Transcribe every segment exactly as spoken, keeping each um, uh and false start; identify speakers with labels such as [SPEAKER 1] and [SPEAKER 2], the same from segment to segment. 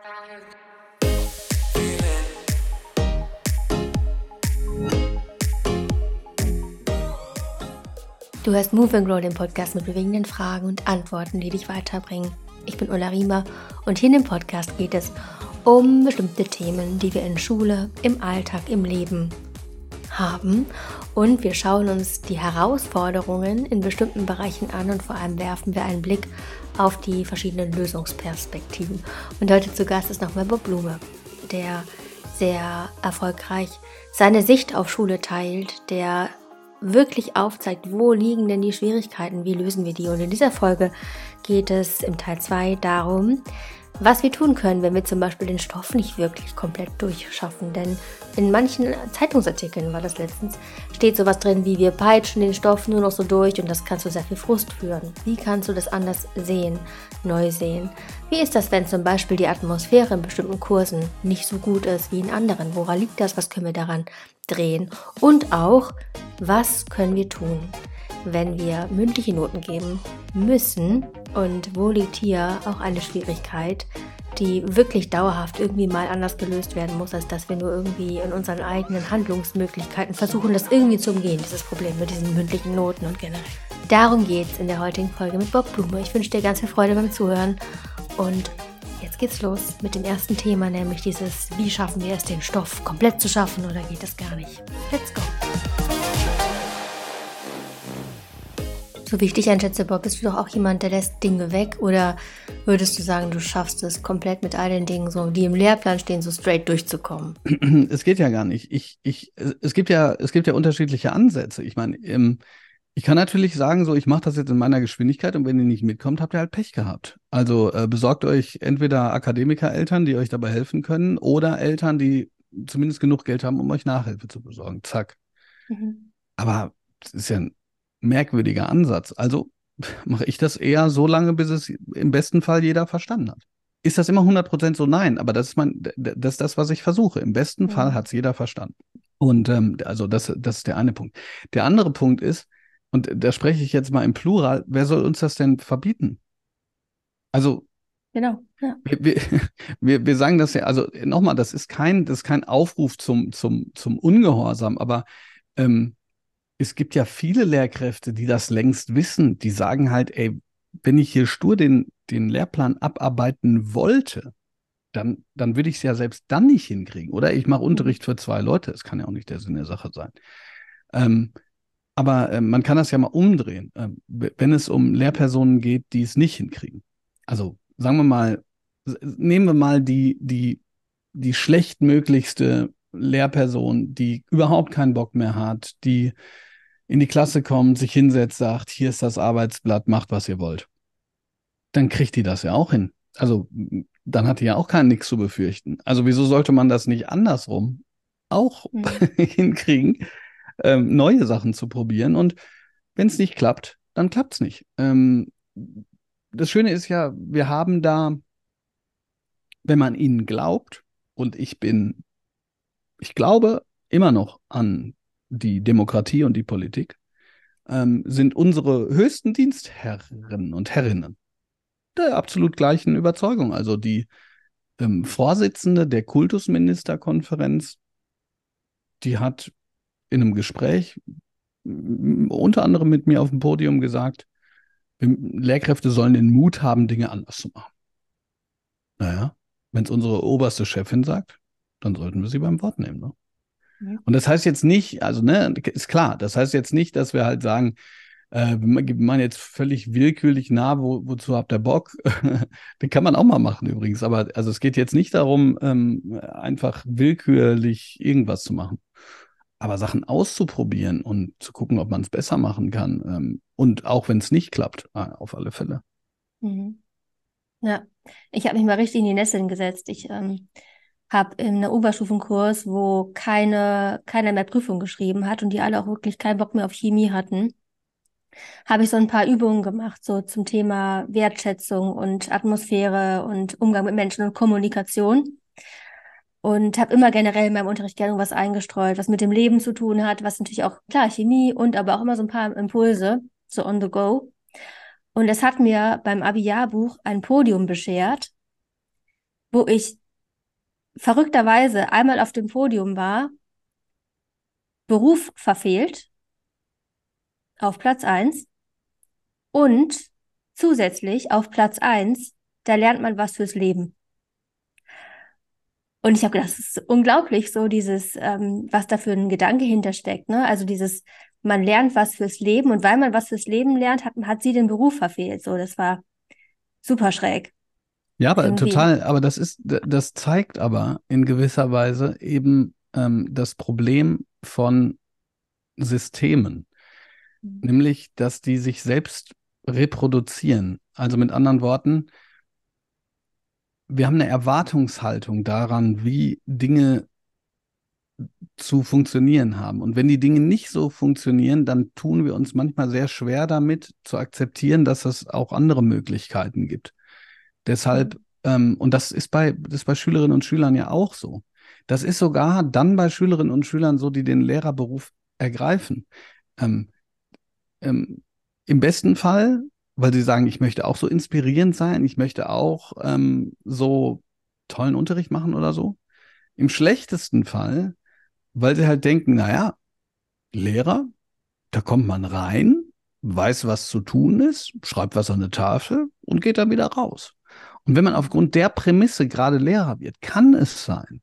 [SPEAKER 1] Du hörst Move and Grow, den Podcast mit bewegenden Fragen und Antworten, die dich weiterbringen. Ich bin Ulla Riemer und hier in dem Podcast geht es um bestimmte Themen, die wir in Schule, im Alltag, im Leben haben. Und wir schauen uns die Herausforderungen in bestimmten Bereichen an und vor allem werfen wir einen Blick auf die verschiedenen Lösungsperspektiven. Und heute zu Gast ist nochmal Bob Blume, der sehr erfolgreich seine Sicht auf Schule teilt, der wirklich aufzeigt, wo liegen denn die Schwierigkeiten, wie lösen wir die. Und in dieser Folge geht es im Teil zwei darum, was wir tun können, wenn wir zum Beispiel den Stoff nicht wirklich komplett durchschaffen. Denn in manchen Zeitungsartikeln, war das letztens, steht sowas drin wie: wir peitschen den Stoff nur noch so durch und das kann zu sehr viel Frust führen. Wie kannst du das anders sehen, neu sehen? Wie ist das, wenn zum Beispiel die Atmosphäre in bestimmten Kursen nicht so gut ist wie in anderen? Woran liegt das? Was können wir daran drehen? Und auch, was können wir tun, wenn wir mündliche Noten geben müssen? Und wo liegt hier auch eine Schwierigkeit, die wirklich dauerhaft irgendwie mal anders gelöst werden muss, als dass wir nur irgendwie in unseren eigenen Handlungsmöglichkeiten versuchen, das irgendwie zu umgehen, dieses Problem mit diesen mündlichen Noten und generell. Darum geht es in der heutigen Folge mit Bob Blume. Ich wünsche dir ganz viel Freude beim Zuhören und jetzt geht's los mit dem ersten Thema, nämlich dieses: Wie schaffen wir es, den Stoff komplett zu schaffen, oder geht das gar nicht? Let's go! So wie ich dich einschätze, Bob, bist du doch auch jemand, der lässt Dinge weg, oder würdest du sagen, du schaffst es komplett mit all den Dingen, so, die im Lehrplan stehen, so straight durchzukommen?
[SPEAKER 2] Es geht ja gar nicht. Ich, ich, es gibt ja, es gibt ja unterschiedliche Ansätze. Ich meine, ähm, ich kann natürlich sagen, so, ich mache das jetzt in meiner Geschwindigkeit und wenn ihr nicht mitkommt, habt ihr halt Pech gehabt. Also äh, besorgt euch entweder Akademiker-Eltern, die euch dabei helfen können, oder Eltern, die zumindest genug Geld haben, um euch Nachhilfe zu besorgen. Zack.
[SPEAKER 1] Mhm.
[SPEAKER 2] Aber das ist ja ein merkwürdiger Ansatz. Also mache ich das eher so lange, bis es im besten Fall jeder verstanden hat. Ist das immer hundert Prozent so? Nein, aber das ist, mein, das, ist das, was ich versuche. Im besten
[SPEAKER 1] Mhm.
[SPEAKER 2] Fall hat es jeder verstanden. Und ähm, also das, das ist der eine Punkt. Der andere Punkt ist, und da spreche ich jetzt mal im Plural, wer soll uns das denn verbieten? Also
[SPEAKER 1] Genau, ja.
[SPEAKER 2] wir, wir, wir, wir sagen das ja, also nochmal, das ist kein, das ist kein Aufruf zum, zum, zum Ungehorsam, aber ähm, es gibt ja viele Lehrkräfte, die das längst wissen, die sagen halt, ey, wenn ich hier stur den, den Lehrplan abarbeiten wollte, dann, dann würde ich es ja selbst dann nicht hinkriegen. Oder ich mache Unterricht für zwei Leute, das kann ja auch nicht der Sinn der Sache sein. Ähm, aber äh, man kann das ja mal umdrehen, äh, wenn es um Lehrpersonen geht, die es nicht hinkriegen. Also sagen wir mal, nehmen wir mal die, die, die schlechtmöglichste Lehrperson, die überhaupt keinen Bock mehr hat, die in die Klasse kommt, sich hinsetzt, sagt, hier ist das Arbeitsblatt, macht, was ihr wollt. Dann kriegt die das ja auch hin. Also dann hat die ja auch kein nichts zu befürchten. Also wieso sollte man das nicht andersrum auch
[SPEAKER 1] Mhm.
[SPEAKER 2] hinkriegen, ähm, neue Sachen zu probieren? Und wenn es nicht klappt, dann klappt es nicht. Ähm, das Schöne ist ja, wir haben da, wenn man ihnen glaubt, und ich bin, ich glaube immer noch an die Demokratie und die Politik, ähm, sind unsere höchsten Dienstherren und Herrinnen der absolut gleichen Überzeugung. Also die ähm, Vorsitzende der Kultusministerkonferenz, die hat in einem Gespräch m- unter anderem mit mir auf dem Podium gesagt, wir- Lehrkräfte sollen den Mut haben, Dinge anders zu machen. Naja, wenn es unsere oberste Chefin sagt, dann sollten wir sie beim Wort nehmen. Ne?
[SPEAKER 1] Mhm.
[SPEAKER 2] Und das heißt jetzt nicht, also ne, ist klar, das heißt jetzt nicht, dass wir halt sagen, äh, wir machen jetzt völlig willkürlich nah, wo, wozu habt ihr Bock? Den kann man auch mal machen übrigens, aber also es geht jetzt nicht darum, ähm, einfach willkürlich irgendwas zu machen. Aber Sachen auszuprobieren und zu gucken, ob man es besser machen kann. Ähm, und auch wenn es nicht klappt, äh, auf alle Fälle.
[SPEAKER 1] Mhm. Ja, ich habe mich mal richtig in die Nesseln gesetzt. Ich ähm, habe in einem Oberstufenkurs, wo keine, keiner mehr Prüfung geschrieben hat und die alle auch wirklich keinen Bock mehr auf Chemie hatten, habe ich so ein paar Übungen gemacht, so zum Thema Wertschätzung und Atmosphäre und Umgang mit Menschen und Kommunikation. Und habe immer generell in meinem Unterricht gerne was eingestreut, was mit dem Leben zu tun hat, was natürlich auch, klar, Chemie und aber auch immer so ein paar Impulse, so on the go. Und es hat mir beim Abi-Jahrbuch ein Podium beschert, wo ich verrückterweise einmal auf dem Podium war, Beruf verfehlt, auf Platz eins und zusätzlich auf Platz eins, da lernt man was fürs Leben. Und ich habe gedacht, das ist unglaublich, so dieses, ähm, was da für ein Gedanke hintersteckt, ne? Also dieses, man lernt was fürs Leben und weil man was fürs Leben lernt, hat, hat sie den Beruf verfehlt. So, das war super schräg
[SPEAKER 2] Ja, aber
[SPEAKER 1] irgendwie.
[SPEAKER 2] total, aber das ist, das zeigt aber in gewisser Weise eben ähm, das Problem von Systemen, nämlich, dass die sich selbst reproduzieren. Also mit anderen Worten, wir haben eine Erwartungshaltung daran, wie Dinge zu funktionieren haben. Und wenn die Dinge nicht so funktionieren, dann tun wir uns manchmal sehr schwer damit zu akzeptieren, dass es auch andere Möglichkeiten gibt. Deshalb, ähm, und das ist bei, das ist bei Schülerinnen und Schülern ja auch so. Das ist sogar dann bei Schülerinnen und Schülern so, die den Lehrerberuf ergreifen. Ähm, ähm, Im besten Fall, weil sie sagen, ich möchte auch so inspirierend sein, ich möchte auch ähm, so tollen Unterricht machen oder so. Im schlechtesten Fall, weil sie halt denken, naja, Lehrer, da kommt man rein, weiß, was zu tun ist, schreibt was an eine Tafel und geht dann wieder raus. Und wenn man aufgrund der Prämisse gerade Lehrer wird, kann es sein,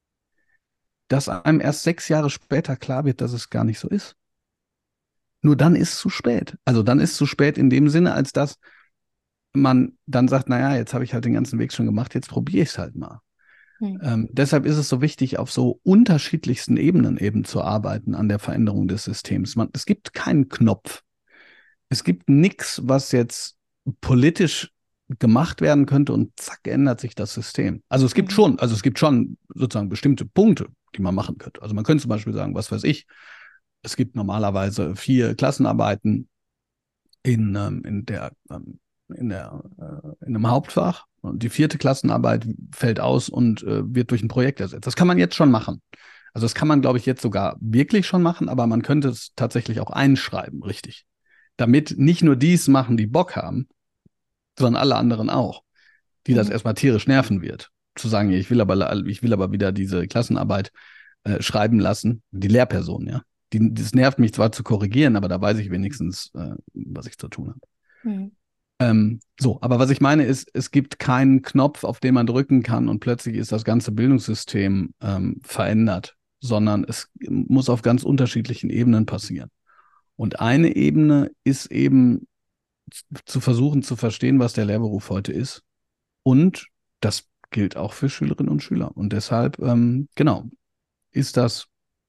[SPEAKER 2] dass einem erst sechs Jahre später klar wird, dass es gar nicht so ist. Nur dann ist es zu spät. Also dann ist es zu spät in dem Sinne, als dass man dann sagt, naja, jetzt habe ich halt den ganzen Weg schon gemacht, jetzt probiere ich es halt mal.
[SPEAKER 1] Hm.
[SPEAKER 2] Ähm, deshalb ist es so wichtig, auf so unterschiedlichsten Ebenen eben zu arbeiten an der Veränderung des Systems. Man, es gibt keinen Knopf. Es gibt nichts, was jetzt politisch gemacht werden könnte und zack, ändert sich das System. Also es gibt
[SPEAKER 1] Mhm.
[SPEAKER 2] schon, also es gibt schon sozusagen bestimmte Punkte, die man machen könnte. Also man könnte zum Beispiel sagen, was weiß ich, es gibt normalerweise vier Klassenarbeiten in, ähm, in der, ähm, in der, äh, in einem Hauptfach. Und die vierte Klassenarbeit fällt aus und äh, wird durch ein Projekt ersetzt. Das kann man jetzt schon machen. Also das kann man, glaube ich, jetzt sogar wirklich schon machen, aber man könnte es tatsächlich auch einschreiben, richtig. Damit nicht nur dies machen, die Bock haben, sondern alle anderen auch, die das
[SPEAKER 1] Mhm.
[SPEAKER 2] erstmal tierisch nerven wird. Zu sagen, ich will aber, ich will aber wieder diese Klassenarbeit äh, schreiben lassen, die Lehrperson, ja. Die, das nervt mich zwar zu korrigieren, aber da weiß ich wenigstens, äh, was ich zu tun habe.
[SPEAKER 1] Mhm.
[SPEAKER 2] Ähm, so, aber was ich meine ist, es gibt keinen Knopf, auf den man drücken kann und plötzlich ist das ganze Bildungssystem ähm, verändert, sondern es muss auf ganz unterschiedlichen Ebenen passieren. Und eine Ebene ist eben zu versuchen zu verstehen, was der Lehrberuf heute ist. Und das gilt auch für Schülerinnen und Schüler. Und deshalb, ähm, genau, ist das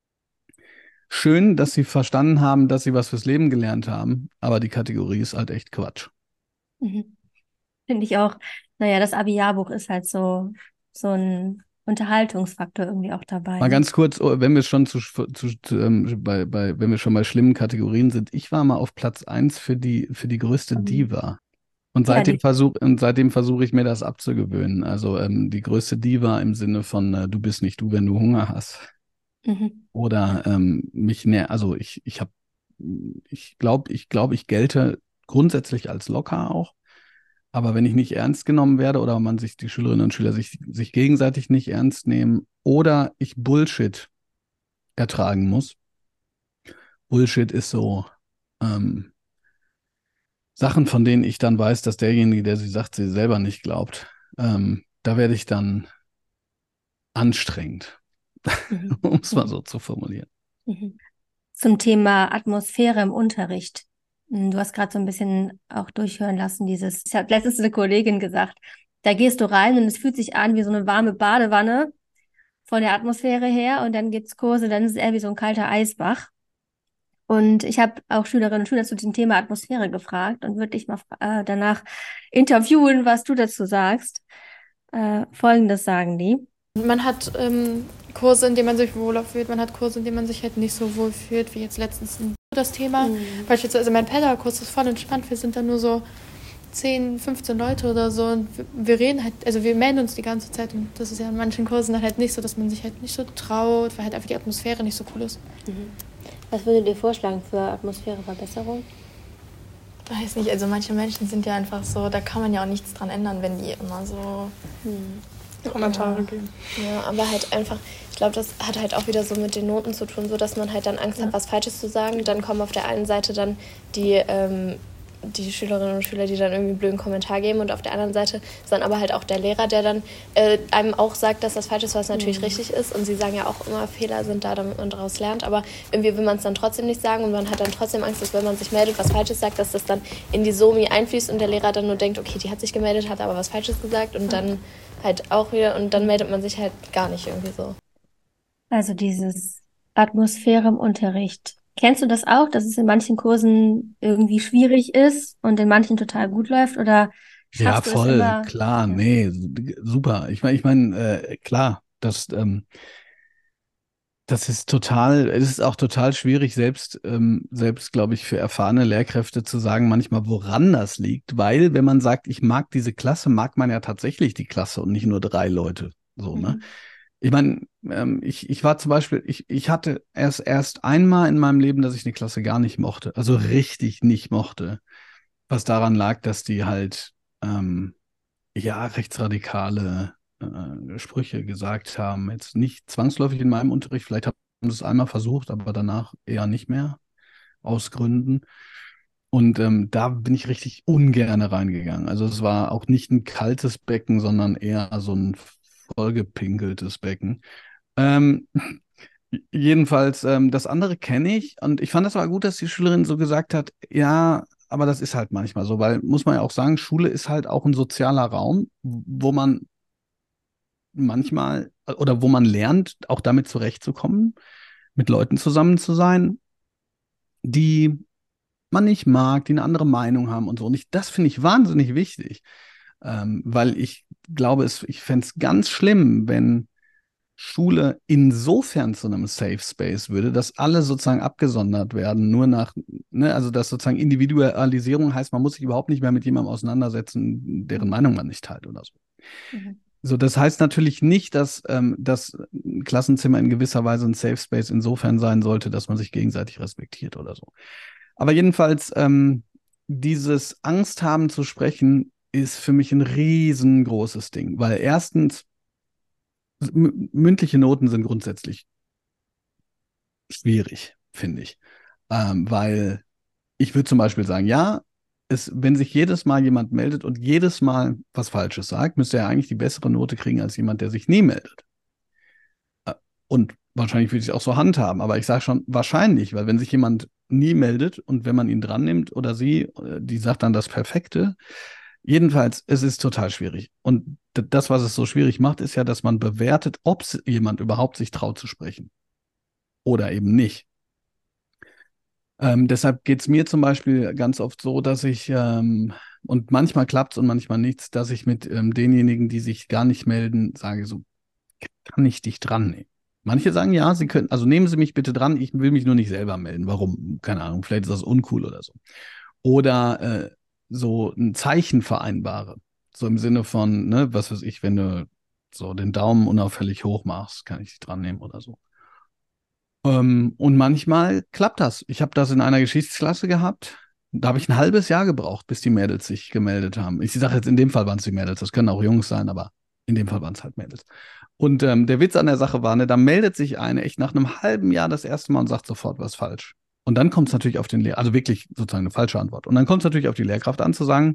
[SPEAKER 2] schön, dass sie verstanden haben, dass sie was fürs Leben gelernt haben, aber die Kategorie ist halt echt Quatsch.
[SPEAKER 1] Mhm. Finde ich auch. Naja, das Abi-Jahrbuch ist halt so, so ein Unterhaltungsfaktor irgendwie auch dabei,
[SPEAKER 2] Mal
[SPEAKER 1] ne?
[SPEAKER 2] ganz kurz, oh, wenn wir schon zu, zu, zu ähm, bei, bei, wenn wir schon bei schlimmen Kategorien sind, ich war mal auf Platz eins für die, für die größte
[SPEAKER 1] Mhm.
[SPEAKER 2] Diva. Und
[SPEAKER 1] Ja,
[SPEAKER 2] seitdem
[SPEAKER 1] die.
[SPEAKER 2] versuche und seitdem versuche ich mir das abzugewöhnen. Also ähm, die größte Diva im Sinne von äh, du bist nicht du, wenn du Hunger hast.
[SPEAKER 1] Mhm.
[SPEAKER 2] Oder ähm, mich näher, also ich, ich habe, ich glaube, ich glaube, ich gelte grundsätzlich als locker auch. Aber wenn ich nicht ernst genommen werde oder man sich, die Schülerinnen und Schüler sich, sich gegenseitig nicht ernst nehmen oder ich Bullshit ertragen muss. Bullshit ist so ähm, Sachen, von denen ich dann weiß, dass derjenige, der sie sagt, sie selber nicht glaubt. Ähm, da werde ich dann anstrengend,
[SPEAKER 1] Mhm.
[SPEAKER 2] um es mal
[SPEAKER 1] Mhm.
[SPEAKER 2] so zu formulieren.
[SPEAKER 1] Mhm. Zum Thema Atmosphäre im Unterricht. Mm, Du hast gerade so ein bisschen auch durchhören lassen, dieses, ich habe letztens eine Kollegin gesagt, da gehst du rein und es fühlt sich an wie so eine warme Badewanne von der Atmosphäre her und dann gibt's Kurse, dann ist es eher wie so ein kalter Eisbach. Und ich habe auch Schülerinnen und Schüler zu dem Thema Atmosphäre gefragt und würde dich mal äh, danach interviewen, was du dazu sagst. Äh, Folgendes sagen die.
[SPEAKER 3] Man hat ähm, Kurse, in denen man sich wohler fühlt, man hat Kurse, in denen man sich halt nicht so wohl fühlt, wie jetzt letztens das Thema.
[SPEAKER 1] Mhm.
[SPEAKER 3] Beispielsweise mein Pedal-Kurs ist voll entspannt, wir sind da nur so zehn, fünfzehn Leute oder so und wir, wir reden halt, also wir melden uns die ganze Zeit und das ist ja in manchen Kursen dann halt nicht so, dass man sich halt nicht so traut, weil halt einfach die Atmosphäre nicht so cool ist.
[SPEAKER 1] Mhm. Was würdet ihr vorschlagen für Atmosphäreverbesserung?
[SPEAKER 3] Weiß nicht, also manche Menschen sind ja einfach so, da kann man ja auch nichts dran ändern, wenn die immer so
[SPEAKER 1] Mhm.
[SPEAKER 3] Kommentare geben.
[SPEAKER 4] Ja, aber halt einfach, ich glaube, das hat halt auch wieder so mit den Noten zu tun, so dass man halt dann Angst
[SPEAKER 3] Ja.
[SPEAKER 4] hat, was Falsches zu sagen. Dann kommen auf der einen Seite dann die, ähm, die Schülerinnen und Schüler, die dann irgendwie einen blöden Kommentar geben, und auf der anderen Seite ist dann aber halt auch der Lehrer, der dann äh, einem auch sagt, dass das falsch ist, was natürlich
[SPEAKER 3] Mhm.
[SPEAKER 4] richtig ist. Und sie sagen ja auch immer, Fehler sind da, damit man daraus lernt. Aber irgendwie will man es dann trotzdem nicht sagen, und man hat dann trotzdem Angst, dass wenn man sich meldet, was Falsches sagt, dass das dann in die Somi einfließt und der Lehrer dann nur denkt, okay, die hat sich gemeldet, hat aber was Falsches gesagt, und dann halt auch wieder, und dann meldet man sich halt gar nicht irgendwie so.
[SPEAKER 1] Also dieses Atmosphäre im Unterricht. Kennst du das auch, dass es in manchen Kursen irgendwie schwierig ist und in manchen total gut läuft? Oder
[SPEAKER 2] Ja,
[SPEAKER 1] schaffst du es
[SPEAKER 2] voll,
[SPEAKER 1] immer?
[SPEAKER 2] klar,
[SPEAKER 1] Ja.
[SPEAKER 2] nee, super. Ich meine, ich meine, äh, klar, das, ähm, das ist total, es ist auch total schwierig, selbst, ähm, selbst, glaube ich, für erfahrene Lehrkräfte zu sagen, manchmal, woran das liegt. Weil, wenn man sagt, ich mag diese Klasse, mag man ja tatsächlich die Klasse und nicht nur drei Leute. So, ne?
[SPEAKER 1] Mhm.
[SPEAKER 2] Ich meine, ähm, ich, ich war zum Beispiel, ich, ich hatte erst, erst einmal in meinem Leben, dass ich eine Klasse gar nicht mochte, also richtig nicht mochte, was daran lag, dass die halt, ähm, ja, rechtsradikale äh, Sprüche gesagt haben. Jetzt nicht zwangsläufig in meinem Unterricht, vielleicht haben sie es einmal versucht, aber danach eher nicht mehr, aus Gründen. Und ähm, da bin ich richtig ungerne reingegangen. Also es war auch nicht ein kaltes Becken, sondern eher so ein vollgepinkeltes Becken. Ähm, jedenfalls, ähm, das andere kenne ich, und ich fand das aber gut, dass die Schülerin so gesagt hat, ja, aber das ist halt manchmal so, weil, muss man ja auch sagen, Schule ist halt auch ein sozialer Raum, wo man manchmal oder wo man lernt, auch damit zurechtzukommen, mit Leuten zusammen zu sein, die man nicht mag, die eine andere Meinung haben und so. Und ich, das finde ich wahnsinnig wichtig, ähm, weil ich glaube, es, ich fände es ganz schlimm, wenn Schule insofern zu einem Safe Space würde, dass alle sozusagen abgesondert werden, nur nach, ne, also dass sozusagen Individualisierung heißt, man muss sich überhaupt nicht mehr mit jemandem auseinandersetzen, deren Meinung man nicht teilt oder so.
[SPEAKER 1] Mhm.
[SPEAKER 2] So, das heißt natürlich nicht, dass ähm, das Klassenzimmer in gewisser Weise ein Safe Space insofern sein sollte, dass man sich gegenseitig respektiert oder so. Aber jedenfalls, ähm, dieses Angst haben zu sprechen, ist für mich ein riesengroßes Ding, weil erstens, m- mündliche Noten sind grundsätzlich schwierig, finde ich. Ähm, weil ich würde zum Beispiel sagen, ja, es, wenn sich jedes Mal jemand meldet und jedes Mal was Falsches sagt, müsste er eigentlich die bessere Note kriegen als jemand, der sich nie meldet. Äh, Und wahrscheinlich würde ich es auch so handhaben, aber ich sage schon wahrscheinlich, weil wenn sich jemand nie meldet und wenn man ihn dran nimmt oder sie, äh, die sagt dann das Perfekte. Jedenfalls, es ist total schwierig. Und d- das, was es so schwierig macht, ist ja, dass man bewertet, ob s- jemand überhaupt sich traut zu sprechen oder eben nicht. Ähm, deshalb geht es mir zum Beispiel ganz oft so, dass ich, ähm, und manchmal klappt es und manchmal nichts, dass ich mit ähm, denjenigen, die sich gar nicht melden, sage so, kann ich dich dran nehmen? Manche sagen, ja, sie können, also nehmen Sie mich bitte dran, ich will mich nur nicht selber melden. Warum? Keine Ahnung, vielleicht ist das uncool oder so. Oder äh, so ein Zeichen vereinbare. So im Sinne von, ne, was weiß ich, wenn du so den Daumen unauffällig hoch machst, kann ich dich dran nehmen oder so. Ähm, und manchmal klappt das. Ich habe das in einer Geschichtsklasse gehabt. Da habe ich ein halbes Jahr gebraucht, bis die Mädels sich gemeldet haben. Ich sage jetzt, in dem Fall waren es die Mädels. Das können auch Jungs sein, aber in dem Fall waren es halt Mädels. Und ähm, der Witz an der Sache war, ne, da meldet sich eine echt nach einem halben Jahr das erste Mal und sagt sofort was falsch. Und dann kommt es natürlich auf den Lehrer, also wirklich sozusagen eine falsche Antwort. Und dann kommt es natürlich auf die Lehrkraft an zu sagen,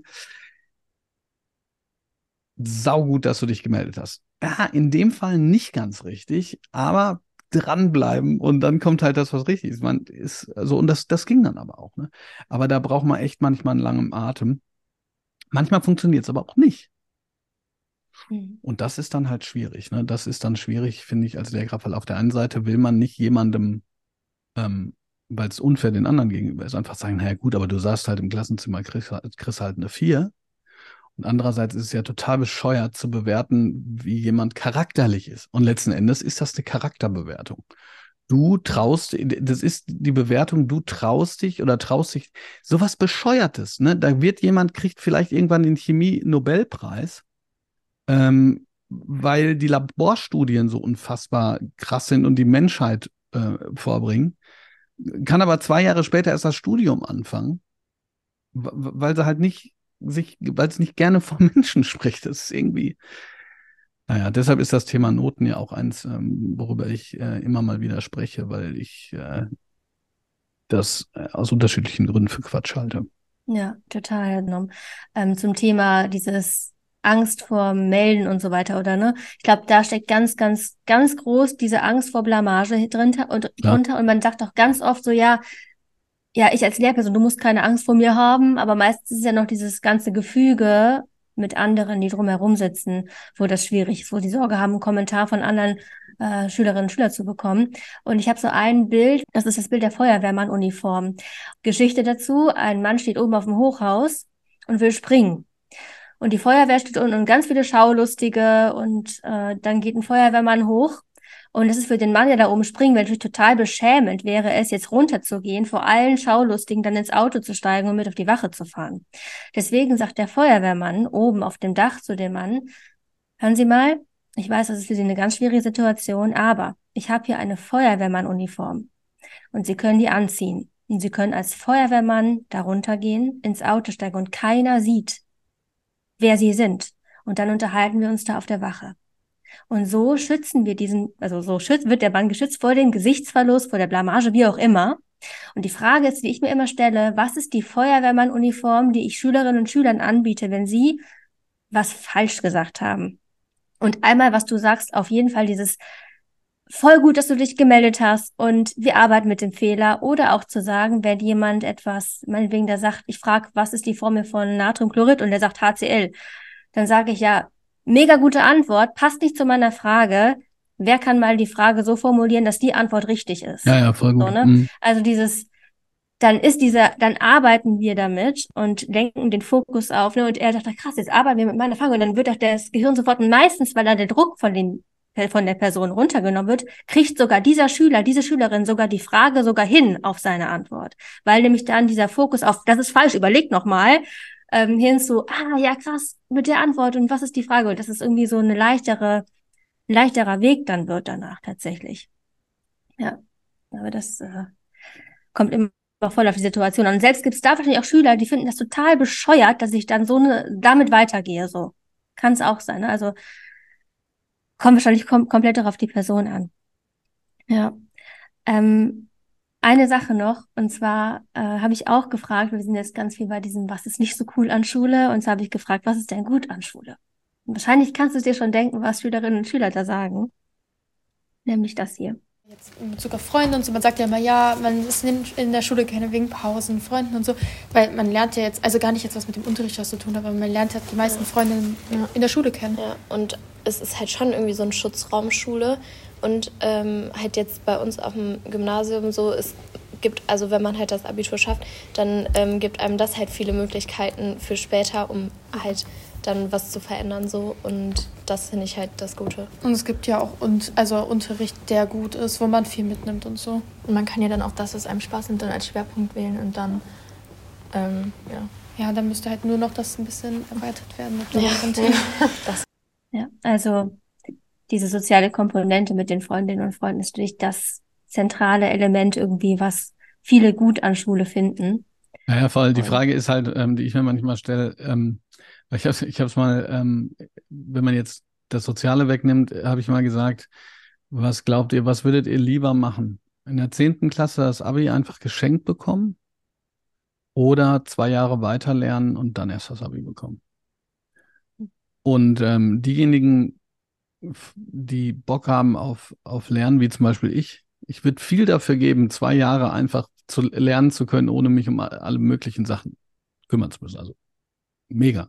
[SPEAKER 2] saugut, dass du dich gemeldet hast. Ja, in dem Fall nicht ganz richtig, aber dranbleiben und dann kommt halt das, was richtig ist. Man ist so, und das, das ging dann aber auch, ne? Aber da braucht man echt manchmal einen langen Atem. Manchmal funktioniert es aber auch nicht.
[SPEAKER 1] Mhm.
[SPEAKER 2] Und das ist dann halt schwierig, ne? Das ist dann schwierig, finde ich, als Lehrkraft, weil auf der einen Seite will man nicht jemandem, ähm, weil es unfair den anderen gegenüber ist, einfach sagen, naja gut, aber du saßt halt im Klassenzimmer, kriegst, kriegst halt eine Vier. Und andererseits ist es ja total bescheuert zu bewerten, wie jemand charakterlich ist. Und letzten Endes ist das eine Charakterbewertung. Du traust, das ist die Bewertung, du traust dich oder traust dich, sowas Bescheuertes, ne? Da wird jemand, kriegt vielleicht irgendwann den Chemie-Nobelpreis, ähm, weil die Laborstudien so unfassbar krass sind und die Menschheit äh, vorbringen, kann aber zwei Jahre später erst das Studium anfangen, w- weil sie halt nicht sich, weil es nicht gerne vor Menschen spricht. Das ist irgendwie, naja, Ja, deshalb ist das Thema Noten ja auch eins, ähm, worüber ich äh, immer mal wieder spreche, weil ich äh, das äh, aus unterschiedlichen Gründen für Quatsch halte.
[SPEAKER 1] Ja, total genommen. Ähm, zum Thema dieses Angst vor Melden und so weiter, oder ne? Ich glaube, da steckt ganz, ganz, ganz groß diese Angst vor Blamage drunter und
[SPEAKER 2] Ja.
[SPEAKER 1] drunter. Und man sagt auch ganz oft so, ja, ja, ich als Lehrperson, du musst keine Angst vor mir haben, aber meistens ist ja noch dieses ganze Gefüge mit anderen, die drumherum sitzen, wo das schwierig ist, wo die Sorge haben, einen Kommentar von anderen äh, Schülerinnen und Schülern zu bekommen. Und ich habe so ein Bild, das ist das Bild der Feuerwehrmann-Uniform. Geschichte dazu, ein Mann steht oben auf dem Hochhaus und will springen. Und die Feuerwehr steht unten und ganz viele Schaulustige und äh, dann geht ein Feuerwehrmann hoch. Und das ist für den Mann, der da oben springen will, natürlich total beschämend wäre es, jetzt runterzugehen, vor allen Schaulustigen dann ins Auto zu steigen und mit auf die Wache zu fahren. Deswegen sagt der Feuerwehrmann oben auf dem Dach zu dem Mann, hören Sie mal, ich weiß, das ist für Sie eine ganz schwierige Situation, aber ich habe hier eine Feuerwehrmann-Uniform und Sie können die anziehen. Und Sie können als Feuerwehrmann da runtergehen, ins Auto steigen und keiner sieht, wer Sie sind. Und dann unterhalten wir uns da auf der Wache. Und so schützen wir diesen, also so schützt, wird der Mann geschützt vor dem Gesichtsverlust, vor der Blamage, wie auch immer. Und die Frage ist, die ich mir immer stelle, was ist die Feuerwehrmann-Uniform, die ich Schülerinnen und Schülern anbiete, wenn sie was falsch gesagt haben? Und einmal, was du sagst, auf jeden Fall dieses voll gut, dass du dich gemeldet hast und wir arbeiten mit dem Fehler. Oder auch zu sagen, wenn jemand etwas, meinetwegen der sagt, ich frage, was ist die Formel von Natriumchlorid und der sagt H C l, dann sage ich ja, mega gute Antwort, passt nicht zu meiner Frage. Wer kann mal die Frage so formulieren, dass die Antwort richtig ist?
[SPEAKER 2] Ja, ja, voll gut.
[SPEAKER 1] So, ne?
[SPEAKER 2] Mhm.
[SPEAKER 1] Also dieses, dann ist dieser, dann arbeiten wir damit und lenken den Fokus auf, ne? Und er sagt, krass, jetzt arbeiten wir mit meiner Frage und dann wird auch das Gehirn sofort, und meistens, weil da der Druck von dem, von der Person runtergenommen wird, kriegt sogar dieser Schüler, diese Schülerin sogar die Frage sogar hin auf seine Antwort. Weil nämlich dann dieser Fokus auf, das ist falsch, überleg nochmal, ähm, hin zu, ah, ja, krass, mit der Antwort und was ist die Frage? Und das ist irgendwie so eine leichtere, ein leichterer Weg dann wird danach tatsächlich. Ja, aber das äh, kommt immer voll auf die Situation an. Und selbst gibt es da wahrscheinlich auch Schüler, die finden das total bescheuert, dass ich dann so eine, damit weitergehe, so. Kann es auch sein, ne? Also, kommt wahrscheinlich kom komplett auch auf die Person an. Ja. Ähm, eine Sache noch, und zwar äh, habe ich auch gefragt, wir sind jetzt ganz viel bei diesem, was ist nicht so cool an Schule, und zwar habe ich gefragt, was ist denn gut an Schule? Und wahrscheinlich kannst du es dir schon denken, was Schülerinnen und Schüler da sagen. Nämlich das hier.
[SPEAKER 3] Jetzt in Bezug auf Freunde und so, man sagt ja immer, ja, man ist in, in der Schule keine wegen Pausen, Freunden und so, weil man lernt ja jetzt, also gar nicht jetzt was mit dem Unterricht was zu tun, aber man lernt ja die meisten ja. Freunde in, ja. in der Schule kennen.
[SPEAKER 4] Ja, und es ist halt schon irgendwie so ein Schutzraum Schule und ähm, halt jetzt bei uns auf dem Gymnasium so, es gibt, also wenn man halt das Abitur schafft, dann ähm, gibt einem das halt viele Möglichkeiten für später, um halt dann was zu verändern so, und das finde ich halt das Gute.
[SPEAKER 3] Und es gibt ja auch und, also Unterricht, der gut ist, wo man viel mitnimmt und so.
[SPEAKER 5] Und man kann ja dann auch das, was einem Spaß nimmt, dann als Schwerpunkt wählen und dann, ähm, ja.
[SPEAKER 3] Ja, dann müsste halt nur noch das ein bisschen erweitert werden mit
[SPEAKER 4] Ja.
[SPEAKER 3] Themen.
[SPEAKER 1] Das. Ja, also diese soziale Komponente mit den Freundinnen und Freunden ist natürlich das zentrale Element irgendwie, was viele gut an Schule finden.
[SPEAKER 2] Naja, vor allem die Frage ist halt, ähm, die ich mir manchmal stelle, ähm, ich habe ich es mal, ähm, wenn man jetzt das Soziale wegnimmt, habe ich mal gesagt, was glaubt ihr, was würdet ihr lieber machen? In der zehnten Klasse das Abi einfach geschenkt bekommen oder zwei Jahre weiter lernen und dann erst das Abi bekommen? Und ähm, diejenigen, die Bock haben auf, auf Lernen, wie zum Beispiel ich, ich würde viel dafür geben, zwei Jahre einfach zu lernen zu können, ohne mich um alle möglichen Sachen kümmern zu müssen. Also mega.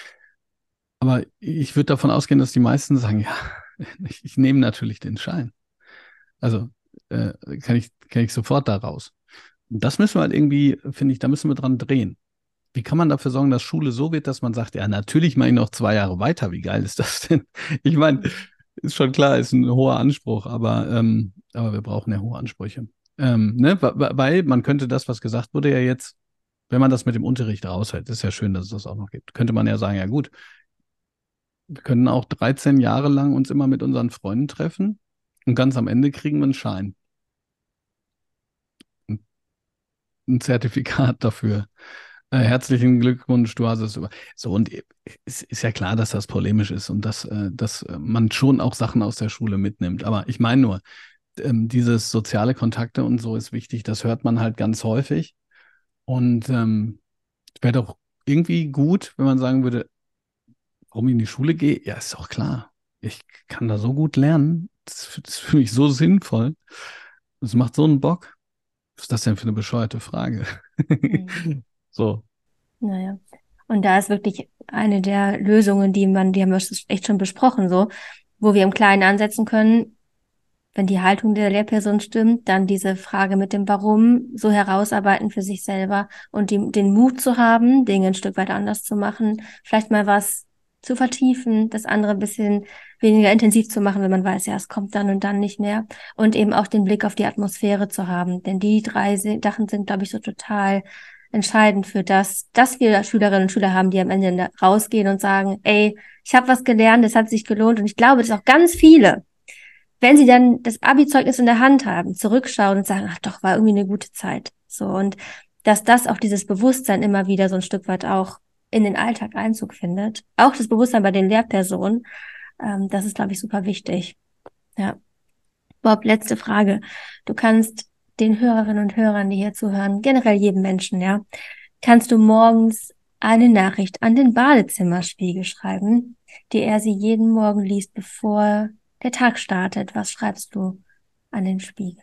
[SPEAKER 2] Aber ich würde davon ausgehen, dass die meisten sagen, ja, ich, ich nehme natürlich den Schein. Also äh, kann ich, kann ich sofort da raus. Und das müssen wir halt irgendwie, finde ich, da müssen wir dran drehen. Wie kann man dafür sorgen, dass Schule so wird, dass man sagt, ja, natürlich mache ich noch zwei Jahre weiter. Wie geil ist das denn? Ich meine, ist schon klar, ist ein hoher Anspruch, aber, ähm, aber wir brauchen ja hohe Ansprüche. Ähm, ne? Weil man könnte das, was gesagt wurde, ja jetzt, wenn man das mit dem Unterricht raushält, ist ja schön, dass es das auch noch gibt, könnte man ja sagen, ja gut, wir können auch dreizehn Jahre lang uns immer mit unseren Freunden treffen und ganz am Ende kriegen wir einen Schein. Ein Zertifikat dafür, Äh, herzlichen Glückwunsch, du hast es über. So, und es ist ja klar, dass das polemisch ist und dass, äh, dass man schon auch Sachen aus der Schule mitnimmt. Aber ich meine nur, ähm, dieses soziale Kontakte und so ist wichtig. Das hört man halt ganz häufig. Und ähm, es wäre doch irgendwie gut, wenn man sagen würde, warum ich in die Schule gehe. Ja, ist doch klar. Ich kann da so gut lernen. Das ist für mich so sinnvoll. Das macht so einen Bock. Was ist das denn für eine bescheuerte Frage?
[SPEAKER 1] Mhm.
[SPEAKER 2] So.
[SPEAKER 1] Naja. Und da ist wirklich eine der Lösungen, die man, die haben wir echt schon besprochen, so, wo wir im Kleinen ansetzen können, wenn die Haltung der Lehrperson stimmt, dann diese Frage mit dem Warum so herausarbeiten für sich selber und die, den Mut zu haben, Dinge ein Stück weit anders zu machen, vielleicht mal was zu vertiefen, das andere ein bisschen weniger intensiv zu machen, wenn man weiß, ja, es kommt dann und dann nicht mehr. Und eben auch den Blick auf die Atmosphäre zu haben. Denn die drei Sachen sind, glaube ich, so total entscheidend für das, dass wir Schülerinnen und Schüler haben, die am Ende rausgehen und sagen, ey, ich habe was gelernt, das hat sich gelohnt. Und ich glaube, dass auch ganz viele, wenn sie dann das Abi-Zeugnis in der Hand haben, zurückschauen und sagen, ach doch, war irgendwie eine gute Zeit. So, und dass das auch dieses Bewusstsein immer wieder so ein Stück weit auch in den Alltag Einzug findet. Auch das Bewusstsein bei den Lehrpersonen, ähm, das ist, glaube ich, super wichtig. Ja. Bob, letzte Frage. Du kannst den Hörerinnen und Hörern, die hier zuhören, generell jedem Menschen, ja, kannst du morgens eine Nachricht an den Badezimmerspiegel schreiben, die er sie jeden Morgen liest, bevor der Tag startet. Was schreibst du an den Spiegel?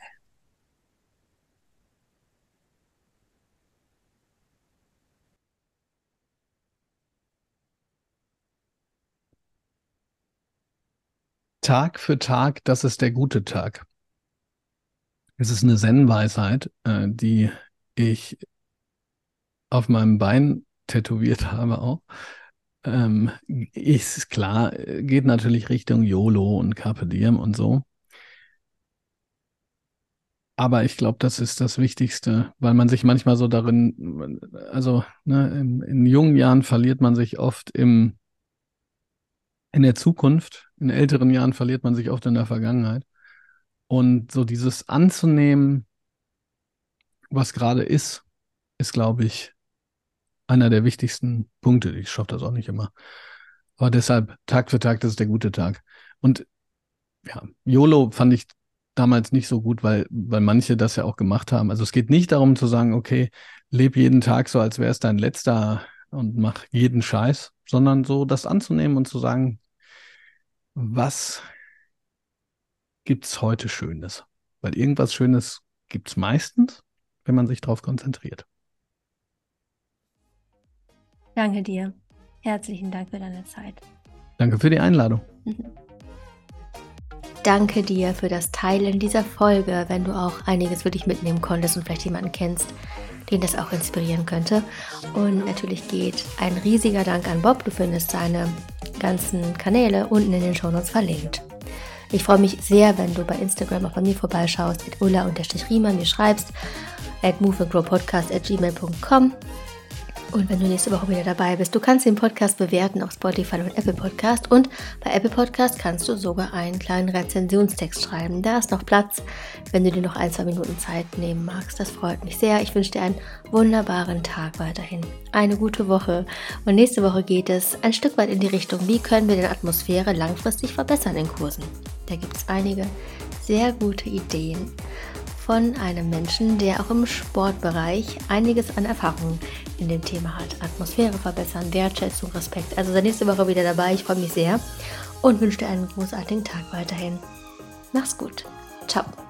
[SPEAKER 2] Tag für Tag, das ist der gute Tag. Es ist eine Zen-Weisheit, äh, die ich auf meinem Bein tätowiert habe auch. Ähm, ist klar, geht natürlich Richtung YOLO und Carpe Diem und so. Aber ich glaube, das ist das Wichtigste, weil man sich manchmal so darin, also ne, in, in jungen Jahren verliert man sich oft im, in der Zukunft, in älteren Jahren verliert man sich oft in der Vergangenheit. Und so dieses anzunehmen, was gerade ist, ist, glaube ich, einer der wichtigsten Punkte. Ich schaffe das auch nicht immer. Aber deshalb, Tag für Tag, das ist der gute Tag. Und ja, YOLO fand ich damals nicht so gut, weil, weil manche das ja auch gemacht haben. Also es geht nicht darum zu sagen, okay, leb jeden Tag so, als wäre es dein letzter und mach jeden Scheiß, sondern so das anzunehmen und zu sagen, was gibt's heute Schönes? Weil irgendwas Schönes gibt's meistens, wenn man sich darauf konzentriert.
[SPEAKER 1] Danke dir. Herzlichen Dank für deine Zeit.
[SPEAKER 2] Danke für die Einladung.
[SPEAKER 1] Danke dir für das Teilen dieser Folge, wenn du auch einiges für dich mitnehmen konntest und vielleicht jemanden kennst, den das auch inspirieren könnte. Und natürlich geht ein riesiger Dank an Bob. Du findest seine ganzen Kanäle unten in den Shownotes verlinkt. Ich freue mich sehr, wenn du bei Instagram auch bei mir vorbeischaust, at ulla-riemann, mir schreibst, at moveandgrowpodcast at gmail punkt com. Und wenn du nächste Woche wieder dabei bist, du kannst den Podcast bewerten auf Spotify und Apple Podcast. Und bei Apple Podcast kannst du sogar einen kleinen Rezensionstext schreiben. Da ist noch Platz, wenn du dir noch ein, zwei Minuten Zeit nehmen magst. Das freut mich sehr. Ich wünsche dir einen wunderbaren Tag weiterhin. Eine gute Woche. Und nächste Woche geht es ein Stück weit in die Richtung, wie können wir die Atmosphäre langfristig verbessern in Kursen. Da gibt es einige sehr gute Ideen von einem Menschen, der auch im Sportbereich einiges an Erfahrung in dem Thema hat. Atmosphäre verbessern, Wertschätzung, Respekt. Also sei nächste Woche wieder dabei. Ich freue mich sehr und wünsche dir einen großartigen Tag weiterhin. Mach's gut. Ciao.